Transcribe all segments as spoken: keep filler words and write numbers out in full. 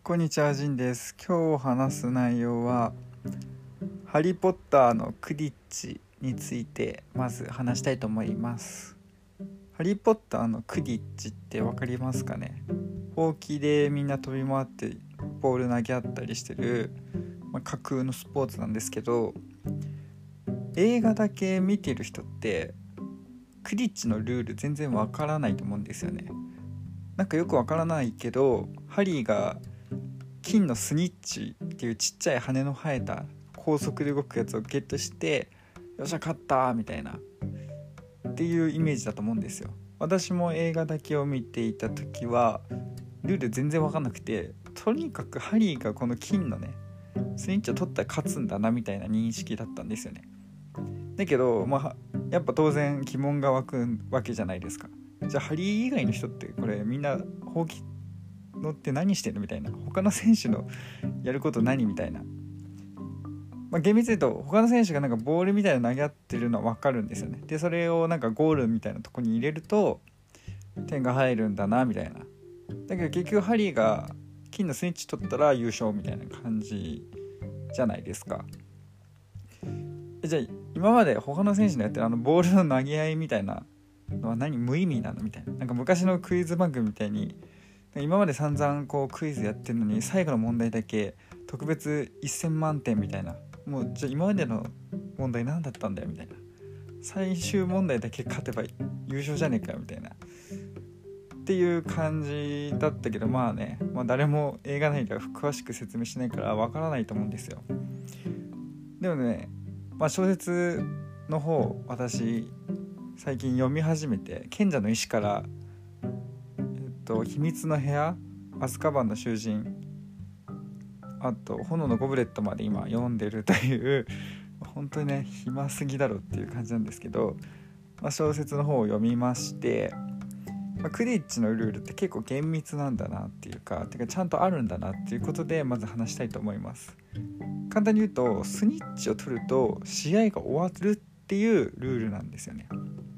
こんにちは、ジンです。今日話す内容はハリーポッターのクディッチについてまず話したいと思います。ハリーポッターのクディッチってわかりますかね？ほうきでみんな飛び回ってボール投げ合ったりしてる、まあ、架空のスポーツなんですけど、映画だけ見てる人ってクディッチのルール全然わからないと思うんですよね。なんかよくわからないけど、ハリーが金のスニッチっていうちっちゃい羽の生えた高速で動くやつをゲットして、よっしゃ勝ったみたいなっていうイメージだと思うんですよ。私も映画だけを見ていた時はルール全然分かんなくて、とにかくハリーがこの金のねスニッチを取ったら勝つんだなみたいな認識だったんですよね。だけど、まあ、やっぱ当然疑問が湧くわけじゃないですか。じゃあハリー以外の人ってこれみんなほうき乗って何してんのみたいな、他の選手のやること何みたいな、まあ、厳密に言うと他の選手がなんかボールみたいな投げ合ってるのは分かるんですよね。でそれをなんかゴールみたいなとこに入れると点が入るんだなみたいな。だけど結局ハリーが金のスイッチ取ったら優勝みたいな感じじゃないですか。じゃあ今まで他の選手のやってるあのボールの投げ合いみたいなのは何、無意味なのみたいな。なんか昔のクイズ番組みたいに今まで散々こうクイズやってるのに最後の問題だけ特別せんまんてんみたいな、もうじゃあ今までの問題何だったんだよみたいな、最終問題だけ勝てば優勝じゃねえかよみたいなっていう感じだったけど、まあね、まあ、誰も映画内では詳しく説明しないからわからないと思うんですよ。でもね、まあ、小説の方私最近読み始めて、賢者の石から秘密の部屋、アズカバンの囚人、あと炎のゴブレットまで今読んでるという本当にね暇すぎだろっていう感じなんですけど、まあ、小説の方を読みまして、まあ、クディッチのルールって結構厳密なんだなっていうか、てかちゃんとあるんだなっていうことでまず話したいと思います。簡単に言うとスニッチを取ると試合が終わるっていうルールなんですよね。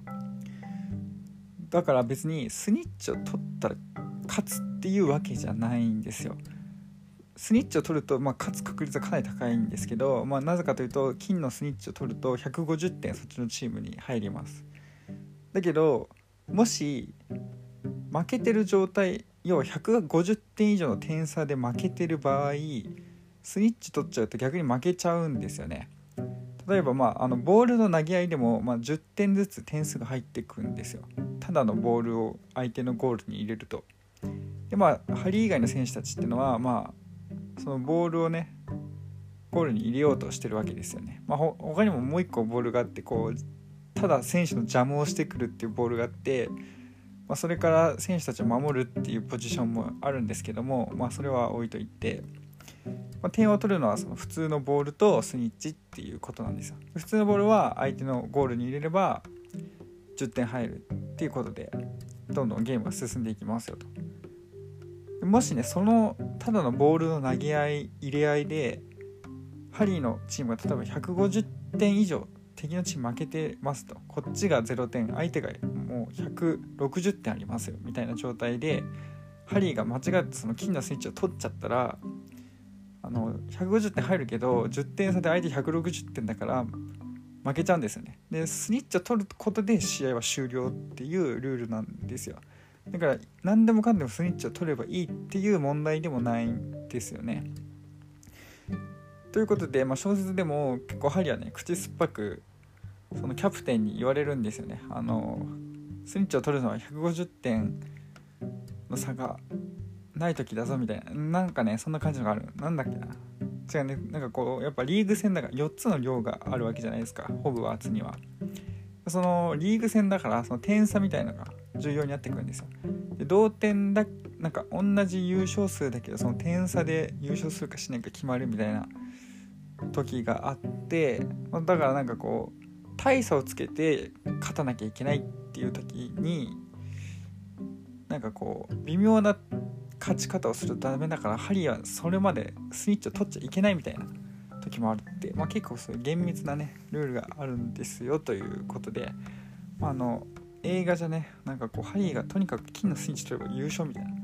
だから別にスニッチを取ったら勝つっていうわけじゃないんですよ。スニッチを取ると、まあ、勝つ確率はかなり高いんですけど、まあ、なぜかというと金のスニッチを取るとひゃくごじゅってんそっちのチームに入ります。だけどもし負けてる状態、要はひゃくごじゅってん以上の点差で負けてる場合、スニッチ取っちゃうと逆に負けちゃうんですよね。例えば、まあ、あのボールの投げ合いでも、まあ、じゅってんずつ点数が入ってくんですよ。ただのボールを相手のゴールに入れると。で、まあ、ハリー以外の選手たちっていうのは、まあ、そのボールをねゴールに入れようとしてるわけですよね。まあ、ほ他にももう一個ボールがあって、こうただ選手の邪魔をしてくるっていうボールがあって、まあ、それから選手たちを守るっていうポジションもあるんですけども、まあ、それは置いといて、まあ、点を取るのはその普通のボールとスニッチっていうことなんですよ。普通のボールは相手のゴールに入れればじゅってん入るっていうことで、どんどんゲームが進んでいきますよと。もしね、そのただのボールの投げ合い入れ合いでハリーのチームが例えばひゃくごじゅってん以上敵のチーム負けてますと、こっちがゼロてん、相手がもうひゃくろくじゅってんありますよみたいな状態で、ハリーが間違ってその金のスイッチを取っちゃったら、あのひゃくごじゅってん入るけどじゅってん差で相手ひゃくろくじゅってんだから負けちゃうんですよね。でスニッチを取ることで試合は終了っていうルールなんですよ。だから何でもかんでもスニッチを取ればいいっていう問題でもないんですよね。ということで、まあ、小説でも結構ハリーはね口酸っぱくそのキャプテンに言われるんですよね。あのスニッチを取るのはひゃくごじゅってんの差がない時だぞみたいな、なんかねそんな感じのがある。なんだっけな、違うね、なんかこうやっぱリーグ戦だからよっつの寮があるわけじゃないですか、ホグワーツには。そのリーグ戦だからその点差みたいなのが重要になってくるんですよ。で同点だ、なんか同じ優勝数だけどその点差で優勝するかしないか決まるみたいな時があって、だからなんかこう大差をつけて勝たなきゃいけないっていう時になんかこう微妙な勝ち方をするとダメだから、ハリーはそれまでスニッチを取っちゃいけないみたいな時もあるって、まあ、結構そういう厳密なねルールがあるんですよということで、まあ、あの映画じゃねなんかこうハリーがとにかく金のスニッチ取れば優勝みたいな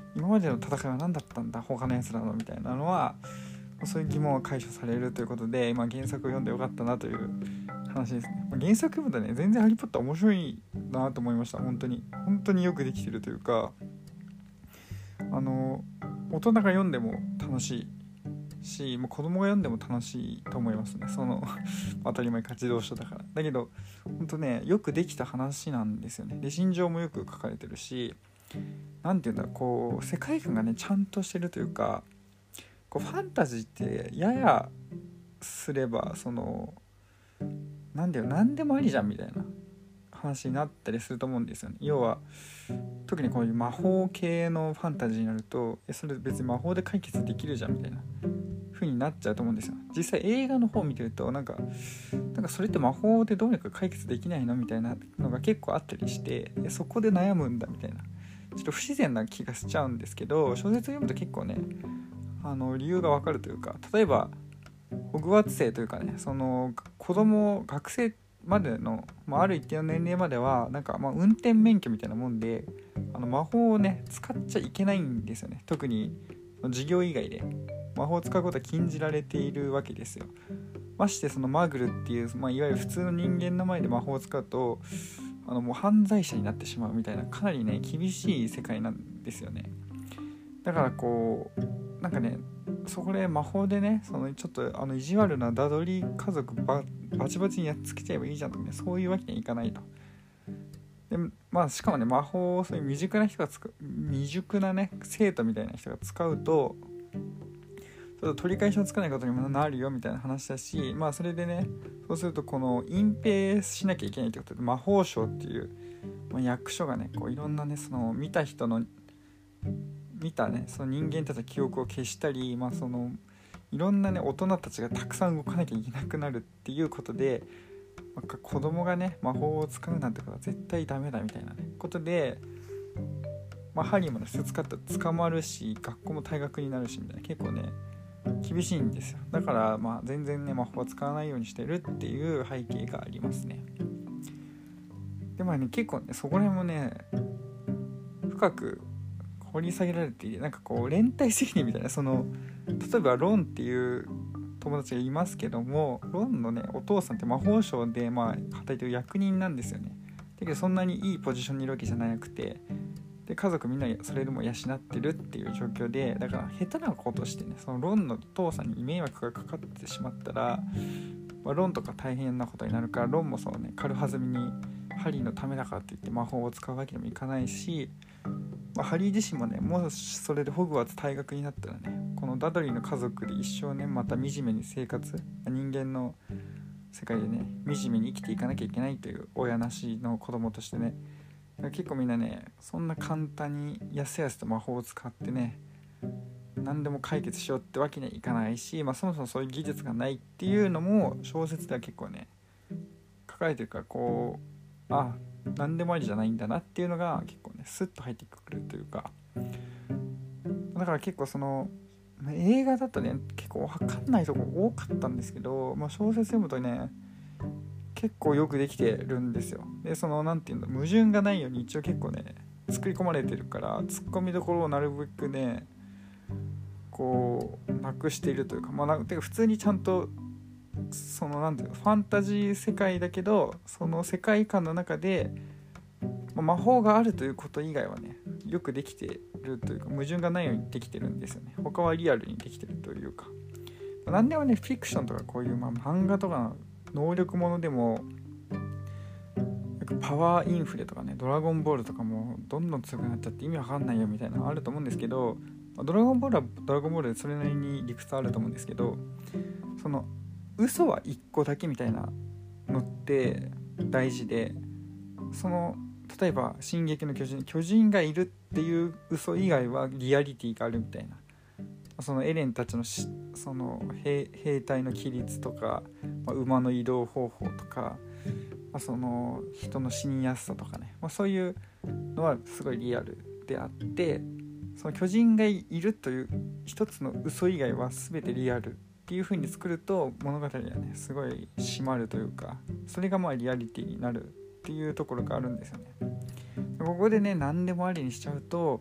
今までの戦いは何だったんだ他のやつらのみたいなのはそういう疑問は解消されるということで、まあ、原作を読んでよかったなという話ですね。まあ、原作読むとね全然ハリーポッター面白いなと思いました。本当に本当によくできてるというか、あの大人が読んでも楽しいし、もう子供が読んでも楽しいと思いますね。その当たり前活動書だからだけど本当ねよくできた話なんですよね。で心情もよく書かれてるし、なんていうんだろう、こう世界観がねちゃんとしてるというか、こうファンタジーってややすればそのなんだよ何でもありじゃんみたいな話になったりすると思うんですよね。要は特にこういう魔法系のファンタジーになるとえそれ別に魔法で解決できるじゃんみたいな風になっちゃうと思うんですよ。実際映画の方を見てるとなんかなんかそれって魔法でどうにか解決できないのみたいなのが結構あったりして、えそこで悩むんだみたいなちょっと不自然な気がしちゃうんですけど、小説を読むと結構ねあの理由がわかるというか、例えばホグワーツ生というかね、その子供学生までの、まあ、ある一定の年齢まではなんかまあ運転免許みたいなもんであの魔法をね使っちゃいけないんですよね。特に授業以外で魔法を使うことは禁じられているわけですよ。ましてそのマグルっていう、まあ、いわゆる普通の人間の前で魔法を使うとあのもう犯罪者になってしまうみたいなかなりね厳しい世界なんですよね。だからこうなんかねそこで魔法でねそのちょっとあの意地悪なダドリー家族 バ, バチバチにやっつけちゃえばいいじゃんとかね、そういうわけにはいかないと。でまあしかもね魔法をそういう未熟な人が使う未熟なね生徒みたいな人が使うとちょっと取り返しのつかないことにもなるよみたいな話だし、まあそれでねそうするとこの隠蔽しなきゃいけないってことで魔法省っていう、まあ、役所がねこういろんなねその見た人の見たねその人間たちの記憶を消したり、まあそのいろんなね大人たちがたくさん動かなきゃいけなくなるっていうことで、なんか子供がね魔法を使うなんてことは絶対ダメだみたいなねことで、まあ、ハリーもね普通使ったら捕まるし学校も退学になるしみたいな結構ね厳しいんですよ。だからまあ全然ね魔法を使わないようにしてるっていう背景がありますね。でまあね結構ねそこら辺もね深く掘り下げられていて、なんかこう連帯責任みたいな、その例えばロンっていう友達がいますけども、ロンのねお父さんって魔法省でまあ働いてる役人なんですよね。だけどそんなにいいポジションにいるわけじゃなくて、で家族みんなそれでも養ってるっていう状況で、だから下手なことしてねそのロンの父さんに迷惑がかかってしまったら、まあ、ロンとか大変なことになるから、ロンもそのね軽はずみにハリーのためだからって言って魔法を使うわけにもいかないし、まあ、ハリー自身もねもしそれでホグワーツ退学になったらねこのダドリーの家族で一生ねまた惨めに生活、人間の世界でね惨めに生きていかなきゃいけないという親なしの子供としてね、結構みんなねそんな簡単にやすやすと魔法を使ってね何でも解決しようってわけにはいかないし、まあ、そもそもそういう技術がないっていうのも小説では結構ね書かれてるから、こうあ何でもありじゃないんだなっていうのが結構ねスッと入ってくるというか、だから結構その映画だとね結構分かんないとこ多かったんですけど、まあ、小説読むとね結構よくできてるんですよ。でそのなんていうの矛盾がないように一応結構ね作り込まれてるから、ツッコミどころをなるべくねこうなくしているというか、まあなんていうか普通にちゃんとそのなんていうのファンタジー世界だけどその世界観の中で、まあ、魔法があるということ以外はねよくできてるというか矛盾がないようにできてるんですよね。他はリアルにできてるというか、まあ、何でもねフィクションとかこういう、まあ、漫画とかの能力ものでもパワーインフレとかねドラゴンボールとかもどんどん強くなっちゃって意味わかんないよみたいなのあると思うんですけど、ドラゴンボールはドラゴンボールでそれなりに理屈あると思うんですけど、その嘘はいっこだけみたいなのって大事で、その例えば進撃の巨人巨人がいるっていう嘘以外はリアリティがあるみたいな、そのエレンたちのしその 兵, 兵隊の規律とか、まあ、馬の移動方法とか、まあ、その人の死にやすさとかね、まあ、そういうのはすごいリアルであって、その巨人がいるという一つの嘘以外は全てリアルっていう風に作ると物語はねすごい締まるというか、それがまあリアリティになるっていうところがあるんですよね。ここでね何でもありにしちゃうと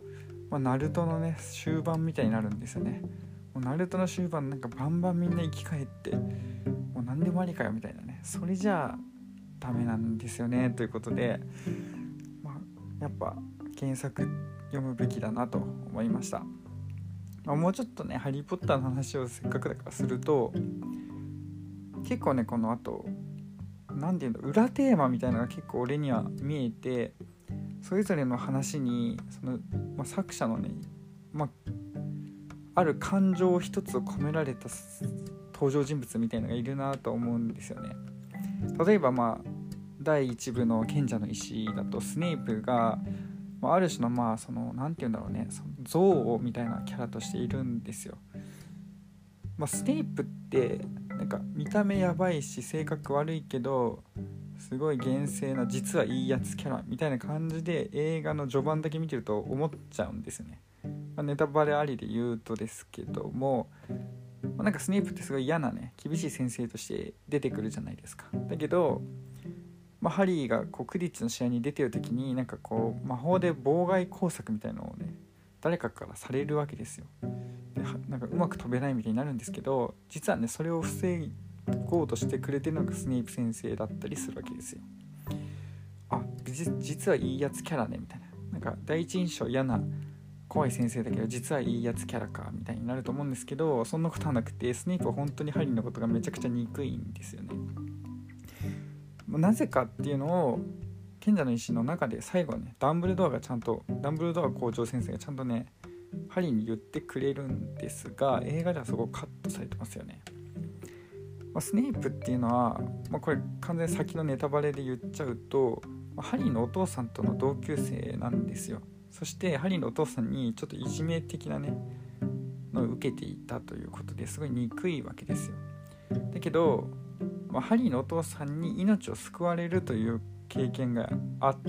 まあ、ナルトのね終盤みたいになるんですよね。もうナルトの終盤なんかバンバンみんな生き返ってもう何でもありかよみたいなね、それじゃあダメなんですよねということで、まあ、やっぱ原作読むべきだなと思いました。まあ、もうちょっとねハリーポッターの話をせっかくだからすると、結構ねこの後なんていうの裏テーマみたいなのが結構俺には見えて、それぞれの話にその、まあ、作者のね、まあ、ある感情一つを込められた登場人物みたいなのがいるなと思うんですよね。例えばまあだいいち部の賢者の石だとスネイプが、まあ、ある種のまあそのなんていうんだろうね、その憎悪みたいなキャラとしているんですよ。まあ、スネイプってなんか見た目やばいし性格悪いけどすごい厳正な実はいいやつキャラみたいな感じで映画の序盤だけ見てると思っちゃうんですよね。まあ、ネタバレありで言うとですけども、まあ、なんかスネイプってすごい嫌なね厳しい先生として出てくるじゃないですか。だけど、まあ、ハリーがこうクリッチの試合に出てる時になんかこう魔法で妨害工作みたいなのをね誰かからされるわけですよ。でなんかうまく飛べないみたいになるんですけど、実はねそれを防ごうとしてくれてるのがスネイプ先生だったりするわけですよ。あ、実はいいやつキャラねみたいな、なんか第一印象嫌な怖い先生だけど実はいいやつキャラかみたいになると思うんですけど、そんなことはなくてスネイプは本当にハリーのことがめちゃくちゃ憎いんですよね。なぜかっていうのを賢者の石の中で最後ねダンブルドアがちゃんとダンブルドア校長先生がちゃんとねハリーに言ってくれるんですが、映画ではそこカットされてますよね。まあ、スネイプっていうのは、まあ、これ完全に先のネタバレで言っちゃうと、まあ、ハリーのお父さんとの同級生なんですよ。そしてハリーのお父さんにちょっといじめ的なねのを受けていたということですごい憎いわけですよ。だけど、まあ、ハリーのお父さんに命を救われるという経験があって、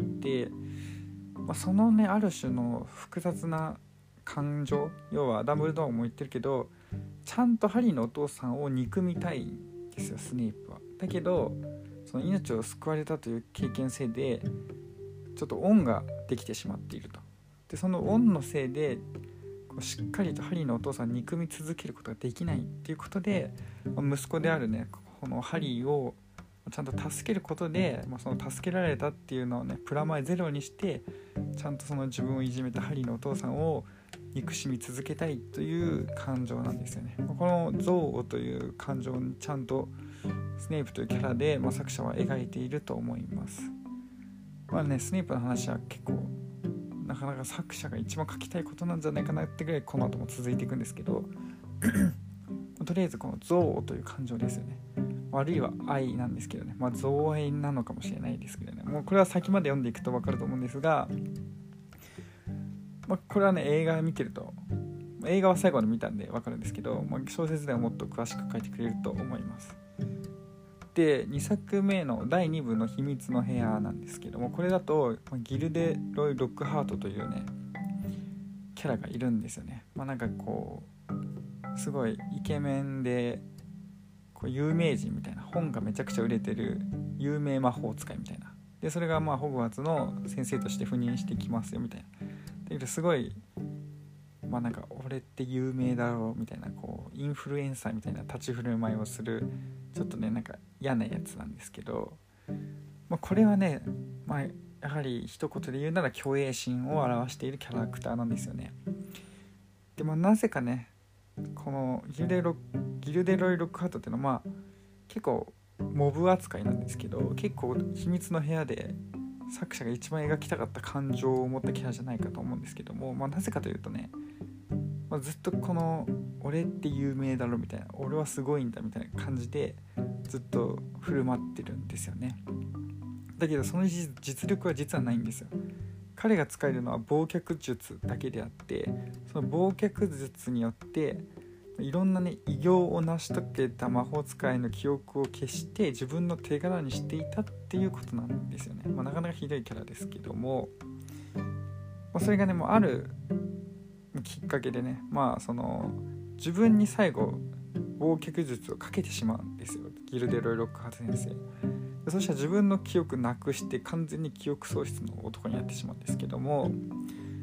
まあ、そのねある種の複雑な感情、要はダンブルドアも言ってるけどちゃんとハリーのお父さんを憎みたいんですよスネイプは。だけどその命を救われたという経験性でちょっと恩ができてしまっていると。でその恩のせいでこうしっかりとハリーのお父さんを憎み続けることができないっていうことで、まあ、息子であるねこのハリーをちゃんと助けることで、まあ、その助けられたっていうのをねプラマイゼロにしてちゃんとその自分をいじめたハリーのお父さんを憎しみ続けたいという感情なんですよね。この憎悪という感情にちゃんとスネイプというキャラで、まあ、作者は描いていると思います。まあねスネイプの話は結構なかなか作者が一番書きたいことなんじゃないかなってぐらいこの後も続いていくんですけどとりあえずこの憎悪という感情ですよね。あるいは愛なんですけどね、まあ憎愛なのかもしれないですけどね、もうこれは先まで読んでいくと分かると思うんですが、まあ、これはね映画見てると映画は最後に見たんで分かるんですけど、まあ、小説ではもっと詳しく書いてくれると思います。でにさくめのだいにぶの秘密の部屋なんですけども、これだとギルデロイ・ロックハートというねキャラがいるんですよね。まあなんかこうすごいイケメンでこう有名人みたいな、本がめちゃくちゃ売れてる有名魔法使いみたいな、でそれがまあホグワーツの先生として赴任してきますよみたいな、だけどすごいまあなんか俺って有名だろうみたいな、こうインフルエンサーみたいな立ち振る舞いをするちょっとねなんか嫌なやつなんですけど、まあ、これはね、まあ、やはり一言で言うなら虚栄心を表しているキャラクターなんですよね。でもなぜかねこのギルデロ、ギルデロイ・ロックハートっていうのはまあ結構モブ扱いなんですけど、結構秘密の部屋で作者が一番描きたかった感情を持ったキャラじゃないかと思うんですけども、まあ、なぜかというとね、まあ、ずっとこの俺って有名だろみたいな、俺はすごいんだみたいな感じでずっと振る舞ってるんですよね。だけどその実力は実はないんですよ。彼が使えるのは忘却術だけであって、その忘却術によっていろんなね偉業を成し遂げた魔法使いの記憶を消して自分の手柄にしていたっていうことなんですよね。まあ、なかなかひどいキャラですけども、まあ、それがねもうあるきっかけでね、まあその自分に最後忘却術をかけてしまうんですよ、ギルデロイ・ロックハート先生。そしたら自分の記憶なくして完全に記憶喪失の男になってしまうんですけども、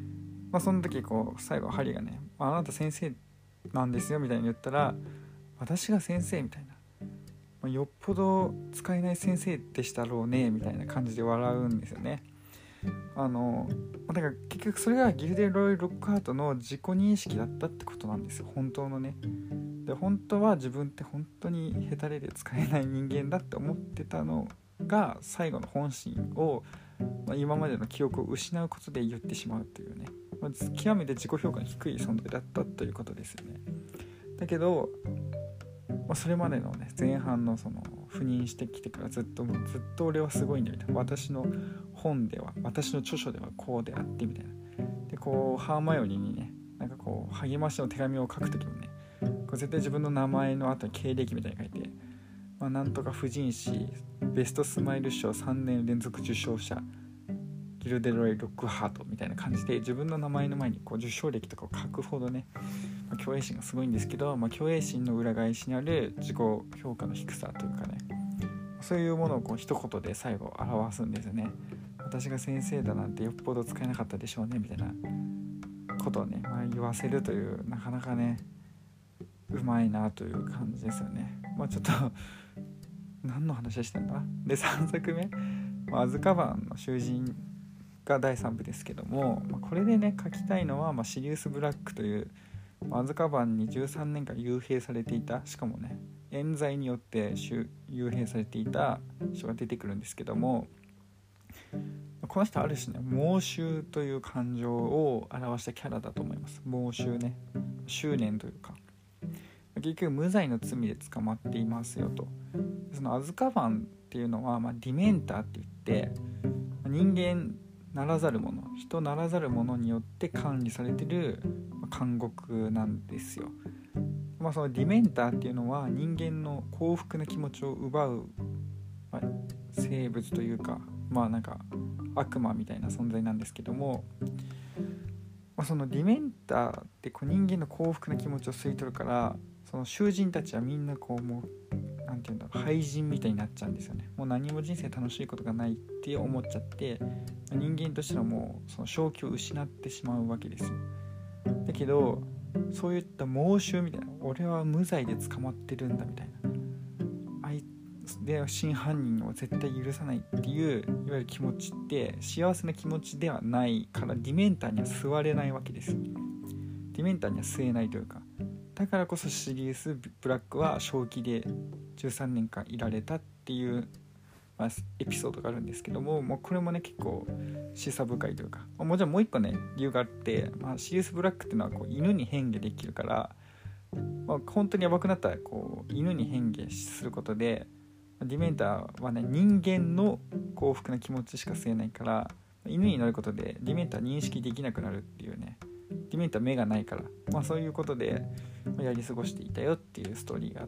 まあ、その時こう最後ハリーがね、あなた先生なんですよみたいに言ったら、私が先生みたいな、まあ、よっぽど使えない先生でしたろうねみたいな感じで笑うんですよね。あのだから結局それがギルデロイ・ロックハートの自己認識だったってことなんですよ、本当のね。で本当は自分って本当にヘタレで使えない人間だって思ってたのが最後の本心を、まあ、今までの記憶を失うことで言ってしまうというね、まあ、極めて自己評価の低い存在だったということですよね。だけど、まあ、それまでのね前半のその赴任してきてからずっともうずっと俺はすごいんだみたいな、私の本では私の著書ではこうであってみたいなで、こうハーマイオニーにねなんかこう励ましの手紙を書くときもね、こう絶対自分の名前の後に経歴みたいに書いて、まあ、なんとか婦人誌ベストスマイル賞さんねん連続受賞者ギルデロイ・ロックハートみたいな感じで自分の名前の前にこう受賞歴とかを書くほどね、まあ、虚栄心がすごいんですけど、まあ、虚栄心の裏返しにある自己評価の低さというかね、そういうものをこう一言で最後表すんですよね。私が先生だなんてよっぽど使えなかったでしょうねみたいなことをね、まあ、言わせるというなかなかねうまいなという感じですよね。まあちょっと何の話してんだ。でさんさくめ、まあ、アズカバンの囚人がだいさん部ですけども、まあ、これでね書きたいのは、まあ、シリウス・ブラックという、まあ、アズカバンにじゅうさんねんかん幽閉されていた、しかもね冤罪によって幽閉されていた人が出てくるんですけども、この人ある種ね妄執という感情を表したキャラだと思います。妄執ね、執念というか、結局無罪の罪で捕まっていますよと。そのアズカバンっていうのは、まあ、ディメンターって言って人間ならざる者、人ならざる者によって管理されている監獄なんですよ。まあ、そのディメンターっていうのは人間の幸福な気持ちを奪う、まあ、生物というか、まあなんか悪魔みたいな存在なんですけども、まあ、そのディメンターってこう人間の幸福な気持ちを吸い取るから、その囚人たちはみんなこうもうなんていうんだろう、廃人みたいになっちゃうんですよね。もう何も人生楽しいことがないって思っちゃって、人間としてはもうその正気を失ってしまうわけですよ。だけどそういった妄執みたいな、俺は無罪で捕まってるんだみたいな、あいつで真犯人を絶対許さないっていういわゆる気持ちって幸せな気持ちではないから、ディメンターには吸われないわけです。ディメンターには吸えないというか、だからこそシリウス・ブラックは正気でじゅうさんねんかんいられたっていう、まあ、エピソードがあるんですけども、もうこれもね結構示唆深いというか、もちろんもう一個ね理由があって、まあ、シリウス・ブラックっていうのはこう犬に変化できるから、まあ、本当にやばくなったらこう犬に変化することで、ディメンターはね人間の幸福な気持ちしか吸えないから、犬になることでディメンター認識できなくなるっていうね、ディメンター目がないから、まあ、そういうことでやり過ごしていたよっていうストーリーがあって、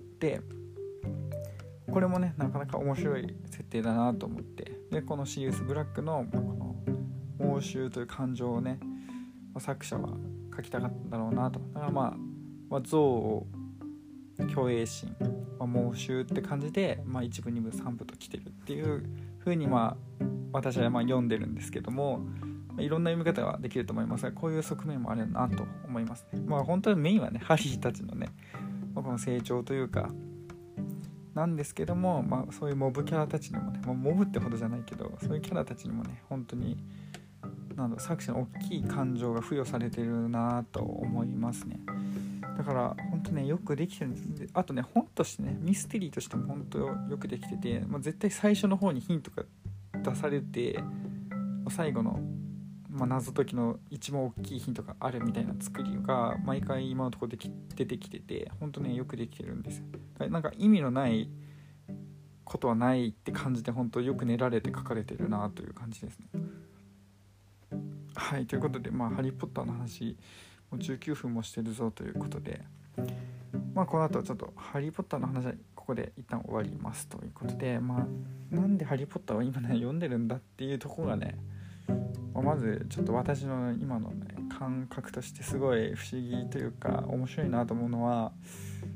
これもねなかなか面白い設定だなと思って、でこのシリウス・ブラックの、まあ、この妄執という感情をね、まあ、作者は書きたかったんだろうなと。だからまあ、まあ、憎悪、虚栄心、まあ、妄執って感じで、まあ、いち部に部さん部と来てるっていう風にまあ私はまあ読んでるんですけども、いろんな読み方ができると思いますが、こういう側面もあるなと思いますね。まあ本当にメインはねハリーたちのね、まあ、この成長というかなんですけども、まあそういうモブキャラたちにもね、まあ、モブってほどじゃないけどそういうキャラたちにもね本当になんだ作者の大きい感情が付与されてるなと思いますね。だから本当ねよくできてるんです。あとね本としてねミステリーとしても本当よくできてて、まあ、絶対最初の方にヒントが出されて最後のまあ、謎解きの一番大きいヒントがあるみたいな作りが毎回今のところでき出てきてて、本当ねよくできてるんですよ。なんか意味のないことはないって感じで本当よく練られて書かれてるなという感じですね。はい、ということでまあハリーポッターの話もうじゅうきゅうふんもしてるぞということで、まあこの後はちょっとハリーポッターの話はここで一旦終わりますということで、まあなんでハリーポッターを今ね読んでるんだっていうところがね、まずちょっと私の今の、ね、感覚としてすごい不思議というか面白いなと思うのは、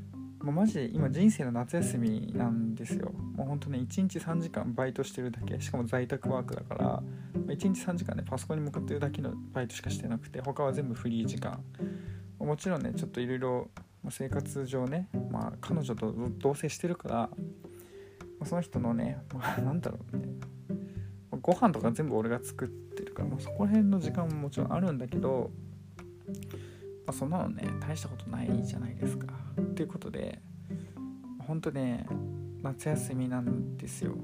もうマジで今人生の夏休みなんですよ。もうほんとねいちにちさんじかんバイトしてるだけ、しかも在宅ワークだからいちにちさんじかんで、ね、パソコンに向かってるだけのバイトしかしてなくて、他は全部フリー時間。もちろんねちょっといろいろ生活上ね、まあ彼女と同棲してるからその人のね、まあ、なんだろうねご飯とか全部俺が作ってるから、まあ、そこら辺の時間ももちろんあるんだけど、まあ、そんなのね大したことないじゃないですか。ということでほんとね夏休みなんですよ。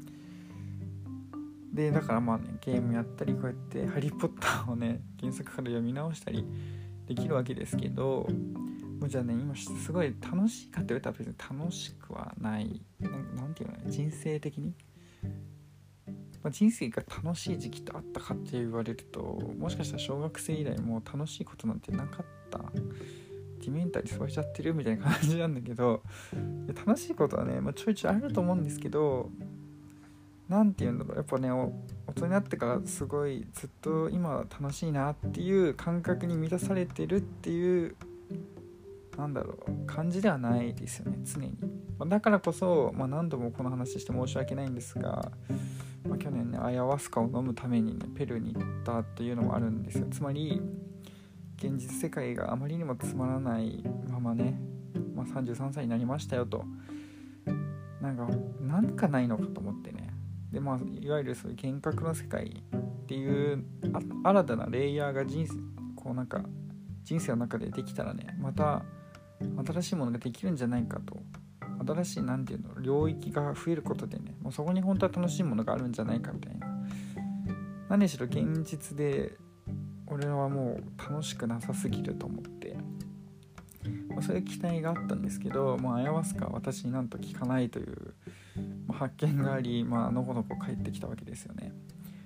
でだからまあねゲームやったり、こうやってハリーポッターをね原作から読み直したりできるわけですけど、もうじゃあね今すごい楽しいかって言われたら別に楽しくはない。 な, なんていうのね人生的に、まあ、人生が楽しい時期ってあったかって言われると、もしかしたら小学生以来もう楽しいことなんてなかった、ディメンタリー添えちゃってるみたいな感じなんだけど、楽しいことはね、まあ、ちょいちょいあると思うんですけど、なんて言うんだろう、やっぱね大人になってからすごいずっと今楽しいなっていう感覚に満たされてるっていうなんだろう感じではないですよね常に。だからこそ、まあ、何度もこの話して申し訳ないんですが、まあ、去年ねアヤワスカを飲むためにねペルーに行ったっていうのもあるんですよ。つまり現実世界があまりにもつまらないままね、まあ、さんじゅうさんさいになりましたよと、なんかなんかないのかと思ってね。でまあいわゆるそういう幻覚の世界っていう新たなレイヤーが人生こうなんか人生の中でできたらね、また新しいものができるんじゃないかと、新しいなんていうの領域が増えることでね、もうそこに本当は楽しいものがあるんじゃないかみたいな。何しろ現実で俺はもう楽しくなさすぎると思って、まあ、そういう期待があったんですけど、まあ、アヤワスカは私になんと効かないという、まあ、発見があり、まあのこのこ帰ってきたわけですよね。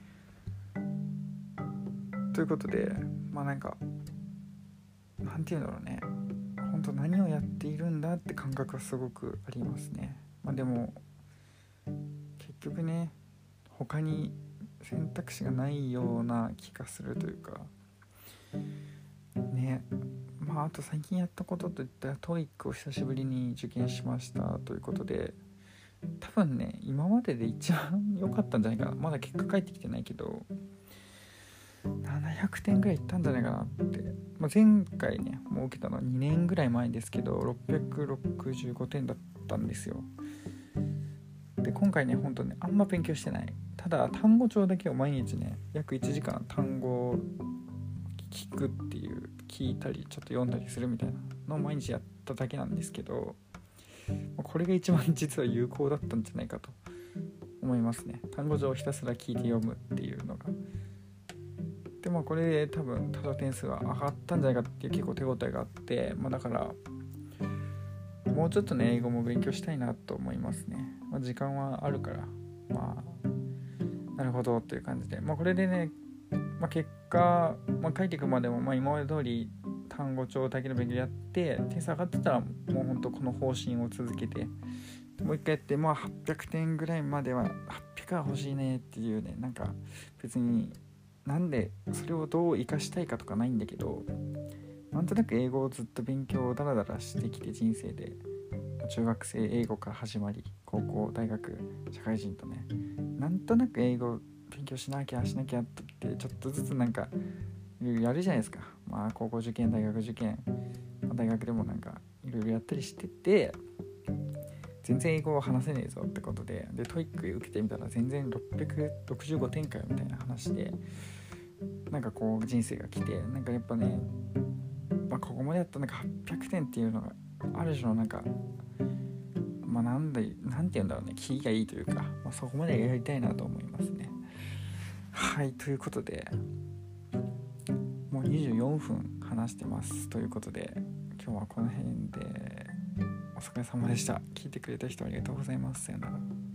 ということでまあなんかなんていうんだろうね、本当何をやっているんだって感覚はすごくありますね。まあでも結局ね他に選択肢がないような気がするというかね。まああと最近やったことといったらトイックを久しぶりに受験しましたということで、多分ね今までで一番良かったんじゃないかな。まだ結果返ってきてないけどななひゃくてんぐらいいったんじゃないかなって、まあ、前回ねもう受けたのはにねんぐらい前ですけどろっぴゃくろくじゅうごてんだったんですよ。で今回ね本当ねあんま勉強してない。ただ単語帳だけを毎日ね約いちじかん単語を聞くっていう聞いたりちょっと読んだりするみたいなのを毎日やっただけなんですけど、これが一番実は有効だったんじゃないかと思いますね。単語帳をひたすら聞いて読むっていうのが。でまあこれで多分ただ点数は上がったんじゃないかっていう結構手応えがあって、まあ、だからもうちょっとね英語も勉強したいなと思いますね。まあ、時間はあるからまあなるほどという感じで、まあ、これでね、まあ、結果、まあ、書いていくまでもまあ今まで通り単語帳だけの勉強やって点数上がってたらもうほんとこの方針を続けてもう一回やって、まあはっぴゃくてんぐらいまでははっぴゃくは欲しいねっていうね、なんか別になんでそれをどう生かしたいかとかないんだけど、なんとなく英語をずっと勉強をダラダラしてきて人生で中学生英語から始まり高校大学社会人とねなんとなく英語勉強しなきゃしなきゃってちょっとずつなんかやるじゃないですか。まあ高校受験大学受験、まあ、大学でもなんかいろいろやったりしてて全然英語を話せねえぞってことででトイック受けてみたら全然ろっぴゃくろくじゅうごてんかよみたいな話でなんかこう人生が来てなんかやっぱね、まあ、ここまでやったなんかはっぴゃくてんっていうのがある種のなんかまあなんでなんて言うんだろうね気がいいというか、まあ、そこまでやりたいなと思いますね。はいということでもうにじゅうよんぷん話してますということで今日はこの辺でお疲れ様でした。聞いてくれた人ありがとうございます。さよなら。